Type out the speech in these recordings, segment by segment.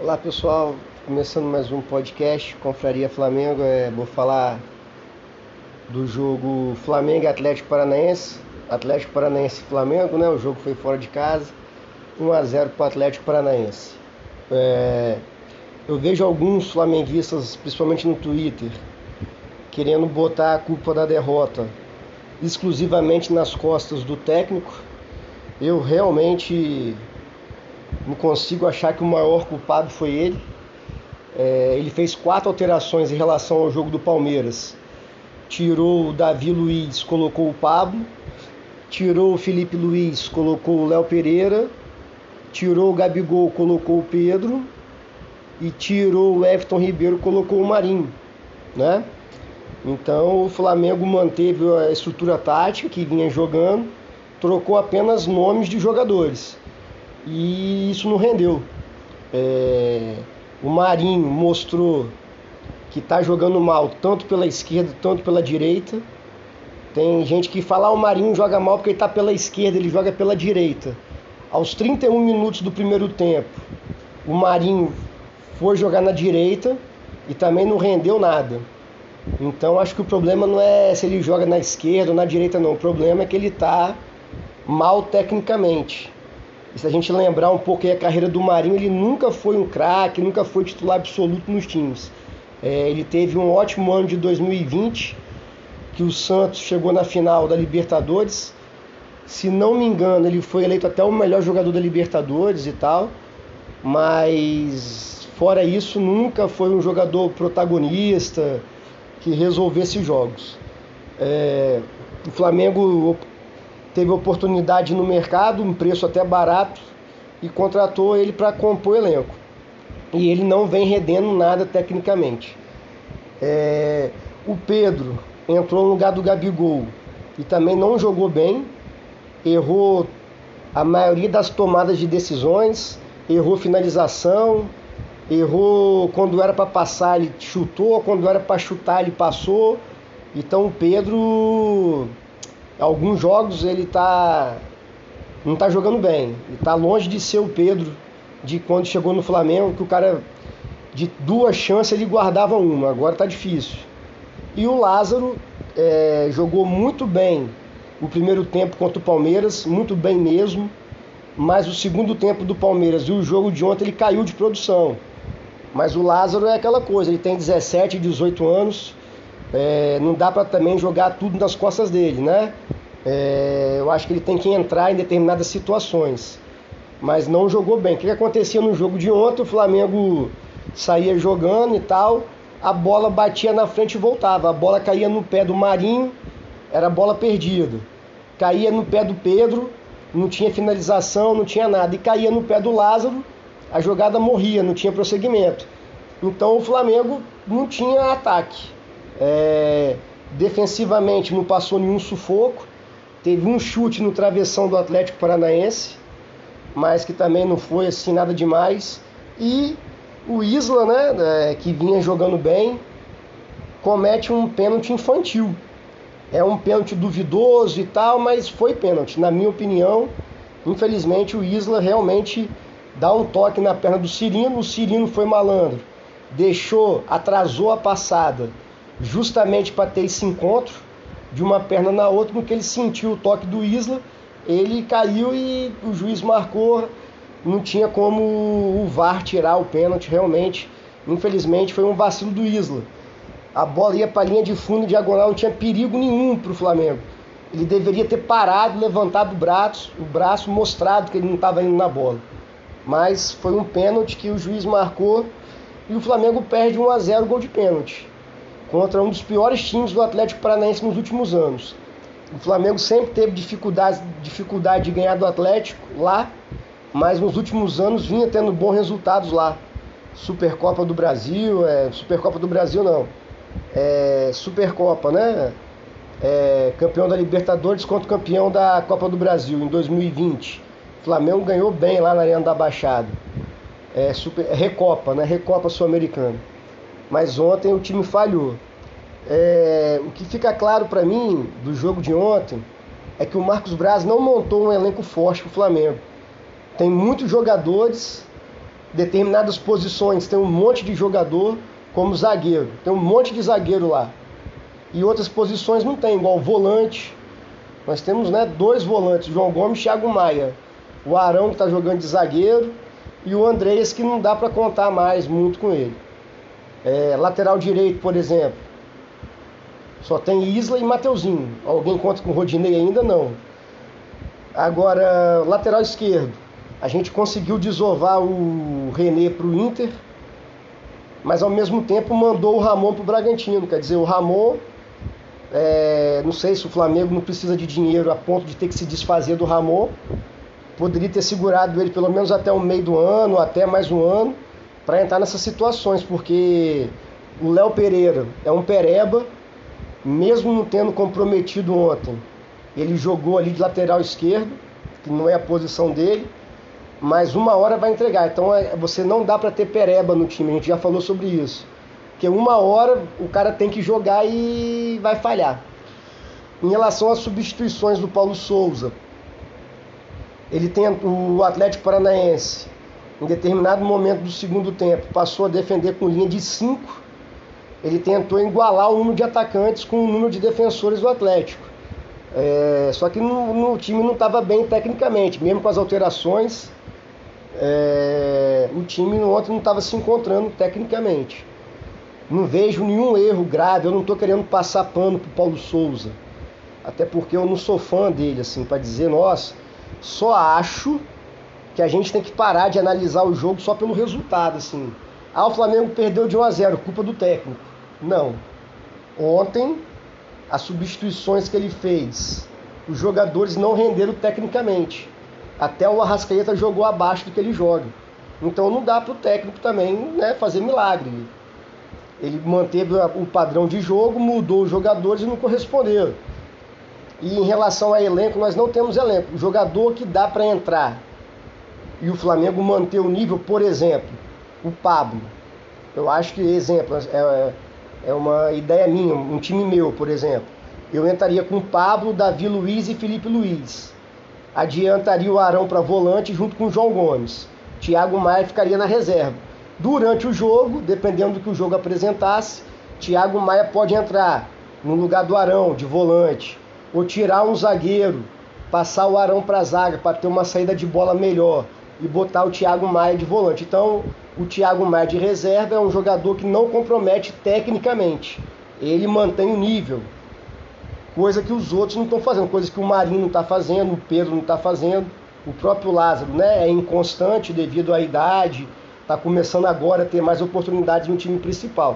Olá pessoal, começando mais um podcast Confraria Flamengo. Vou falar do jogo Flamengo e Atlético Paranaense. Atlético Paranaense e Flamengo, né? O jogo foi fora de casa, 1-0 para o Atlético Paranaense. Eu vejo alguns flamenguistas, principalmente no Twitter, querendo botar a culpa da derrota exclusivamente nas costas do técnico. Eu realmente não consigo achar que o maior culpado foi ele. Ele fez 4 alterações em relação ao jogo do Palmeiras. Tirou o Davi Luiz, colocou o Pablo. Tirou o Felipe Luiz, colocou o Léo Pereira. Tirou o Gabigol, colocou o Pedro. E tirou o Everton Ribeiro, colocou o Marinho, né? Então o Flamengo manteve a estrutura tática que vinha jogando, trocou apenas nomes de jogadores. E isso não rendeu. O Marinho mostrou que está jogando mal tanto pela esquerda quanto pela direita. Tem gente que fala o Marinho joga mal porque ele está pela esquerda, ele joga pela direita. Aos 31 minutos do primeiro tempo, o Marinho foi jogar na direita e também não rendeu nada. Então acho que o problema não é se ele joga na esquerda ou na direita não. O problema é que ele está mal tecnicamente. E se a gente lembrar um pouco aí a carreira do Marinho, ele nunca foi um craque, nunca foi titular absoluto nos times. Ele teve um ótimo ano de 2020, que o Santos chegou na final da Libertadores. Se não me engano, ele foi eleito até o melhor jogador da Libertadores e tal. Mas fora isso, nunca foi um jogador protagonista que resolvesse jogos. O Flamengo teve oportunidade no mercado, um preço até barato, e contratou ele para compor o elenco. E ele não vem rendendo nada tecnicamente. O Pedro entrou no lugar do Gabigol e também não jogou bem, errou a maioria das tomadas de decisões, errou finalização, errou quando era para passar, ele chutou, quando era para chutar, ele passou. Então o Pedro, alguns jogos ele não está jogando bem. Ele está longe de ser o Pedro de quando chegou no Flamengo, que o cara de 2 chances ele guardava uma, agora está difícil. E o Lázaro jogou muito bem o primeiro tempo contra o Palmeiras, muito bem mesmo, mas o segundo tempo do Palmeiras e o jogo de ontem ele caiu de produção. Mas o Lázaro é aquela coisa, ele tem 17, 18 anos, não dá para também jogar tudo nas costas dele, né? Eu acho que ele tem que entrar em determinadas situações, mas não jogou bem. O que acontecia no jogo de ontem? O Flamengo saía jogando e tal, a bola batia na frente e voltava, a bola caía no pé do Marinho, era bola perdida, caía no pé do Pedro, não tinha finalização, não tinha nada, e caía no pé do Lázaro, a jogada morria, não tinha prosseguimento. Então o Flamengo não tinha ataque. Defensivamente não passou nenhum sufoco. Teve um chute no travessão do Atlético Paranaense, mas que também não foi assim nada demais. E o Isla, né, que vinha jogando bem, comete um pênalti infantil. É um pênalti duvidoso e tal, mas foi pênalti. Na minha opinião, infelizmente o Isla realmente dá um toque na perna do Cirino. O Cirino foi malandro, atrasou a passada justamente para ter esse encontro de uma perna na outra. No que ele sentiu o toque do Isla, ele caiu e o juiz marcou. Não tinha como o VAR tirar o pênalti. Realmente, infelizmente, foi um vacilo do Isla. A bola ia para a linha de fundo, diagonal, não tinha perigo nenhum para o Flamengo. Ele deveria ter parado, levantado o braço, mostrado que ele não estava indo na bola. Mas foi um pênalti que o juiz marcou e o Flamengo perde 1-0 gol de pênalti contra um dos piores times do Atlético Paranaense nos últimos anos. O Flamengo sempre teve dificuldade de ganhar do Atlético lá, mas nos últimos anos vinha tendo bons resultados lá. Supercopa do Brasil, Supercopa do Brasil não, Supercopa, né? Campeão da Libertadores contra campeão da Copa do Brasil em 2020. O Flamengo ganhou bem lá na Arena da Baixada. Recopa, né? Recopa Sul-Americana. Mas ontem o time falhou. O que fica claro para mim do jogo de ontem é que o Marcos Braz não montou um elenco forte para o Flamengo. Tem muitos jogadores Determinadas posições tem um monte de jogador, como zagueiro. Tem um monte de zagueiro lá. E outras posições não tem, igual volante. Nós temos, né, 2 volantes, João Gomes e Thiago Maia. O Arão, que está jogando de zagueiro, e o Andreas, que não dá para contar mais muito com ele. Lateral direito, por exemplo, só tem Isla e Mateuzinho. Alguém conta com o Rodinei ainda? Não. Agora, lateral esquerdo, a gente conseguiu desovar o René para o Inter, mas ao mesmo tempo mandou o Ramon para o Bragantino. Quer dizer, o Ramon, não sei se o Flamengo não precisa de dinheiro a ponto de ter que se desfazer do Ramon. Poderia ter segurado ele pelo menos até o meio do ano, até mais um ano, para entrar nessas situações, porque o Léo Pereira é um pereba, mesmo não tendo comprometido ontem. Ele jogou ali de lateral esquerdo, que não é a posição dele, mas uma hora vai entregar. Então você não dá para ter pereba no time, a gente já falou sobre isso. Porque uma hora o cara tem que jogar e vai falhar. Em relação às substituições do Paulo Souza, ele tem o Atlético Paranaense, em determinado momento do segundo tempo, passou a defender com linha de 5. Ele tentou igualar o número de atacantes com o número de defensores do Atlético. Só que no time não estava bem tecnicamente, mesmo com as alterações, o time ontem não estava se encontrando tecnicamente. Não vejo nenhum erro grave, eu não estou querendo passar pano para o Paulo Souza, até porque eu não sou fã dele, assim, para dizer, nossa, só acho que a gente tem que parar de analisar o jogo só pelo resultado, assim. O Flamengo perdeu de 1-0, culpa do técnico. Não. Ontem, as substituições que ele fez, os jogadores não renderam tecnicamente. Até o Arrascaeta jogou abaixo do que ele joga. Então não dá para o técnico também, né, fazer milagre. Ele manteve o padrão de jogo, mudou os jogadores e não corresponderam. E em relação a elenco, nós não temos elenco. O jogador que dá para entrar e o Flamengo manter o nível, por exemplo, o Pablo. Eu acho que, exemplo, é uma ideia minha, um time meu, por exemplo. Eu entraria com Pablo, Davi Luiz e Felipe Luiz. Adiantaria o Arão para volante junto com o João Gomes. Thiago Maia ficaria na reserva. Durante o jogo, dependendo do que o jogo apresentasse, Thiago Maia pode entrar no lugar do Arão, de volante. Ou tirar um zagueiro, passar o Arão para a zaga para ter uma saída de bola melhor e botar o Thiago Maia de volante. Então, o Thiago Maia de reserva é um jogador que não compromete tecnicamente. Ele mantém o nível, coisa que os outros não estão fazendo, coisa que o Marinho não está fazendo, o Pedro não está fazendo. O próprio Lázaro, né, é inconstante devido à idade, está começando agora a ter mais oportunidades no time principal.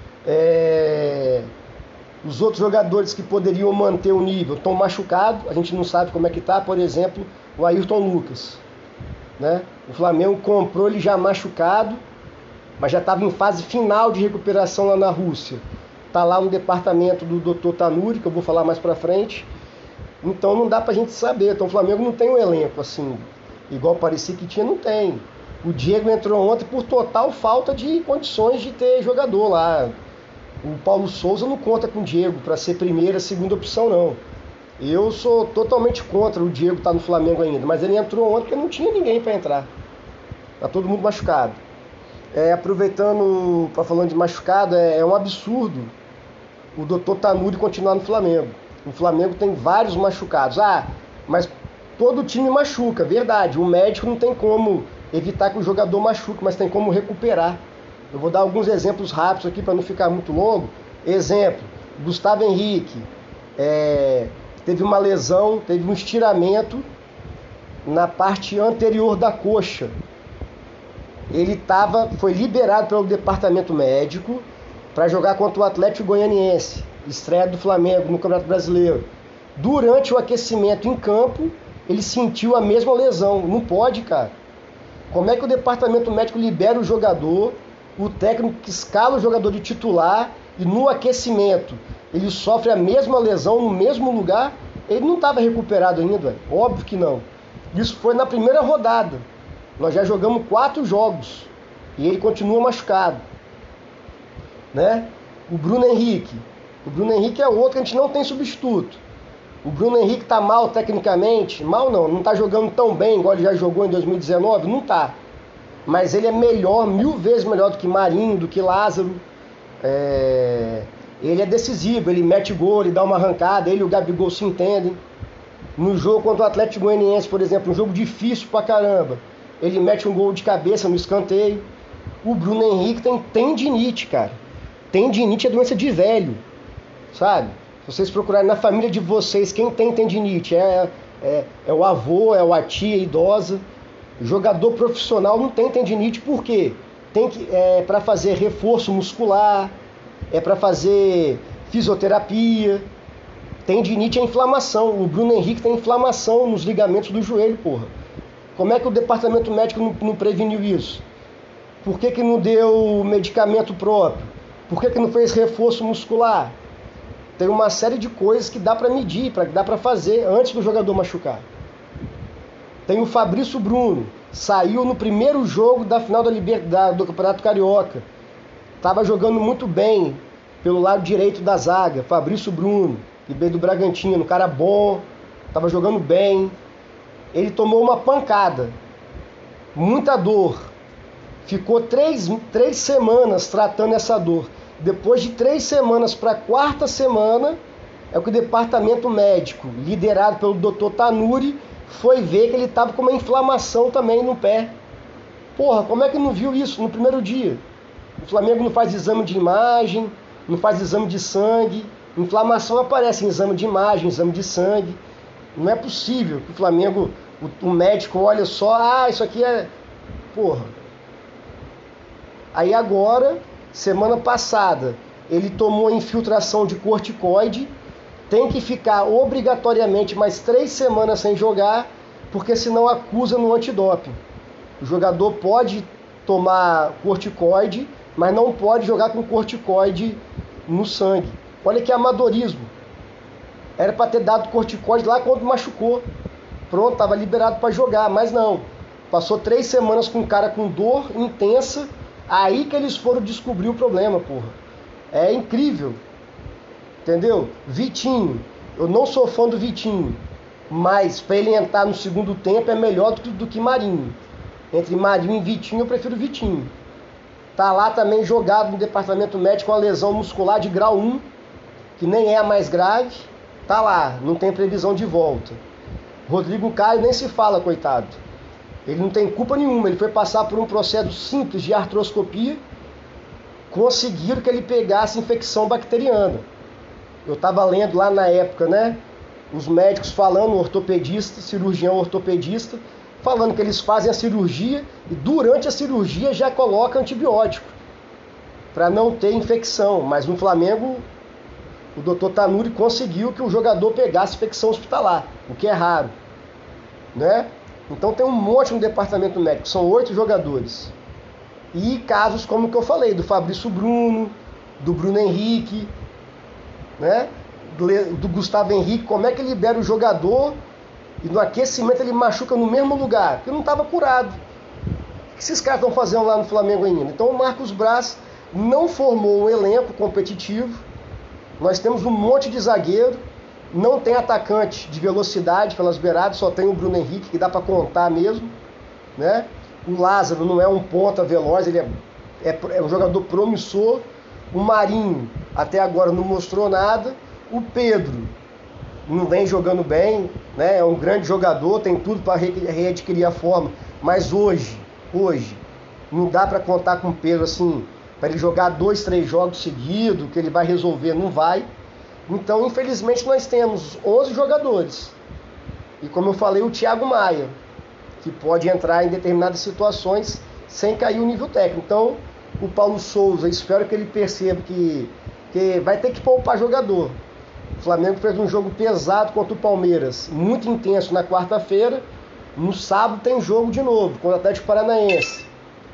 Os outros jogadores que poderiam manter o nível estão machucados, a gente não sabe como é que está, por exemplo, o Ayrton Lucas. Né? O Flamengo comprou ele já machucado, mas já estava em fase final de recuperação lá na Rússia. Está lá no departamento do Dr. Tanuri, que eu vou falar mais pra frente. Então não dá pra gente saber. Então o Flamengo não tem um elenco assim, igual parecia que tinha, não tem. O Diego entrou ontem por total falta de condições de ter jogador lá. O Paulo Souza não conta com o Diego para ser primeira, segunda opção, não. Eu sou totalmente contra o Diego estar no Flamengo ainda, mas ele entrou ontem porque não tinha ninguém para entrar. Tá todo mundo machucado. Aproveitando, falando de machucado, é um absurdo o Dr. Tanuri continuar no Flamengo. O Flamengo tem vários machucados. Mas todo time machuca, verdade. O médico não tem como evitar que o jogador machuque, mas tem como recuperar. Eu vou dar alguns exemplos rápidos aqui para não ficar muito longo. Exemplo, Gustavo Henrique teve uma lesão, teve um estiramento na parte anterior da coxa. Ele foi liberado pelo departamento médico para jogar contra o Atlético Goianiense, estreia do Flamengo no Campeonato Brasileiro. Durante o aquecimento em campo, ele sentiu a mesma lesão. Não pode, cara. Como é que o departamento médico libera o jogador, o técnico que escala o jogador de titular e no aquecimento ele sofre a mesma lesão no mesmo lugar? Ele não estava recuperado ainda, óbvio que não. Isso foi na primeira rodada. Nós já jogamos 4 jogos e ele continua machucado. Né? O Bruno Henrique é outro que a gente não tem substituto. O Bruno Henrique está mal tecnicamente? Mal não está jogando tão bem igual ele já jogou em 2019? Não está. mas ele é melhor, 1000 vezes melhor do que Marinho, do que Lázaro. Ele é decisivo, ele mete gol, ele dá uma arrancada, ele e o Gabigol se entendem. No jogo contra o Atlético Goianiense, por exemplo, um jogo difícil pra caramba, ele mete um gol de cabeça no escanteio. O Bruno Henrique tem tendinite, cara. Tendinite é doença de velho, sabe? Se vocês procurarem na família de vocês, quem tem tendinite é o avô, é a tia idosa. Jogador profissional não tem tendinite, por quê? Para fazer reforço muscular, é para fazer fisioterapia. Tendinite é inflamação. O Bruno Henrique tem inflamação nos ligamentos do joelho, porra. Como é que o departamento médico não preveniu isso? Por que não deu medicamento próprio? Por que não fez reforço muscular? Tem uma série de coisas que dá para medir, que dá para fazer antes do jogador machucar. Tem o Fabrício Bruno, saiu no primeiro jogo da final do Campeonato Carioca. Estava jogando muito bem pelo lado direito da zaga. Fabrício Bruno, que veio do Bragantino, um cara bom, estava jogando bem. Ele tomou uma pancada, muita dor. Ficou 3 semanas tratando essa dor. Depois de 3 semanas para a 4ª semana, é o que o departamento médico, liderado pelo Dr. Tanuri, foi ver que ele estava com uma inflamação também no pé. Porra, como é que não viu isso no primeiro dia? O Flamengo não faz exame de imagem, não faz exame de sangue. Inflamação aparece em exame de imagem, exame de sangue. Não é possível que o Flamengo, o médico olha só, isso aqui é... Porra. Aí agora, semana passada, ele tomou infiltração de corticoide, tem que ficar obrigatoriamente mais 3 semanas sem jogar, porque senão acusa no antidoping. O jogador pode tomar corticoide, mas não pode jogar com corticoide no sangue. Olha que amadorismo. Era para ter dado corticoide lá quando machucou. Pronto, estava liberado para jogar, mas não. Passou 3 semanas com um cara com dor intensa, aí que eles foram descobrir o problema, porra. É incrível. Entendeu? Vitinho. Eu não sou fã do Vitinho, mas para ele entrar no segundo tempo é melhor do que Marinho. Entre Marinho e Vitinho, eu prefiro Vitinho. Tá lá também jogado no departamento médico com a lesão muscular de grau 1, que nem é a mais grave. Tá lá, não tem previsão de volta. Rodrigo Caio nem se fala, coitado. Ele não tem culpa nenhuma, ele foi passar por um processo simples de artroscopia, conseguiram que ele pegasse infecção bacteriana. Eu estava lendo lá na época, né, os médicos falando, ortopedista, cirurgião ortopedista, falando que eles fazem a cirurgia e durante a cirurgia já colocam antibiótico para não ter infecção. Mas no Flamengo, o Dr. Tanuri conseguiu que o jogador pegasse infecção hospitalar, o que é raro, né? Então tem um monte no departamento médico, são 8 jogadores. E casos como o que eu falei, do Fabrício Bruno, do Bruno Henrique, né? Do Gustavo Henrique, como é que libera o jogador e no aquecimento ele machuca no mesmo lugar? Porque não estava curado. O que esses caras estão fazendo lá no Flamengo ainda? Então o Marcos Braz não formou um elenco competitivo. Nós temos um monte de zagueiro, não tem atacante de velocidade pelas beiradas, só tem o Bruno Henrique, que dá para contar mesmo, né? O Lázaro não é um ponta veloz, ele é um jogador promissor. O Marinho até agora não mostrou nada. O Pedro não vem jogando bem, né? É um grande jogador, tem tudo para readquirir a forma, mas hoje não dá para contar com o Pedro assim, para ele jogar 2, 3 jogos seguidos, que ele vai resolver, não vai. Então, infelizmente, nós temos 11 jogadores. E como eu falei, o Thiago Maia, que pode entrar em determinadas situações sem cair o nível técnico. Então, o Paulo Souza, espero que ele perceba que vai ter que poupar jogador. O Flamengo fez um jogo pesado contra o Palmeiras, muito intenso na quarta-feira. No sábado tem jogo de novo, contra o Atlético Paranaense.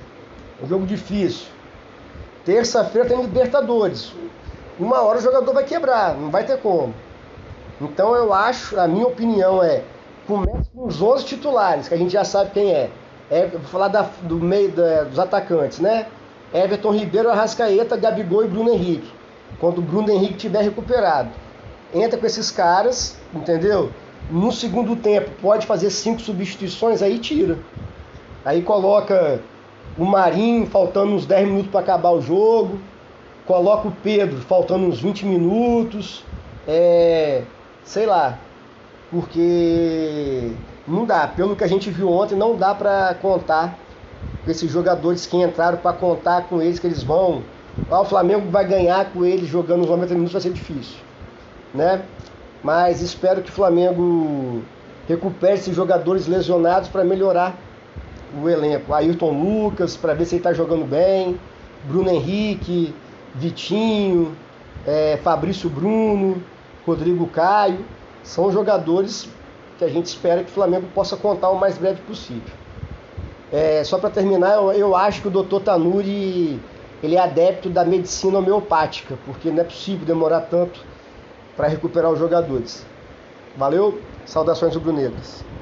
Um jogo difícil. Terça-feira tem Libertadores. Uma hora o jogador vai quebrar, não vai ter como. Então eu acho, a minha opinião comece com os 11 titulares, que a gente já sabe quem é. Vou falar do meio dos atacantes, né? Everton Ribeiro, Arrascaeta, Gabigol e Bruno Henrique. Quando o Bruno Henrique estiver recuperado. Entra com esses caras, entendeu? No segundo tempo pode fazer 5 substituições, aí tira. Aí coloca o Marinho faltando uns 10 minutos para acabar o jogo, coloca o Pedro faltando uns 20 minutos, sei lá, porque não dá, pelo que a gente viu ontem, não dá para contar com esses jogadores que entraram, para contar com eles que eles vão. O Flamengo vai ganhar com eles jogando os 90 minutos, vai ser difícil, né? Mas espero que o Flamengo recupere esses jogadores lesionados para melhorar o elenco. Ayrton Lucas, para ver se ele está jogando bem, Bruno Henrique, Vitinho, Fabrício Bruno, Rodrigo Caio, são jogadores que a gente espera que o Flamengo possa contar o mais breve possível. Só para terminar, eu acho que o Dr. Tanuri ele é adepto da medicina homeopática, porque não é possível demorar tanto para recuperar os jogadores. Valeu, saudações rubro-negras.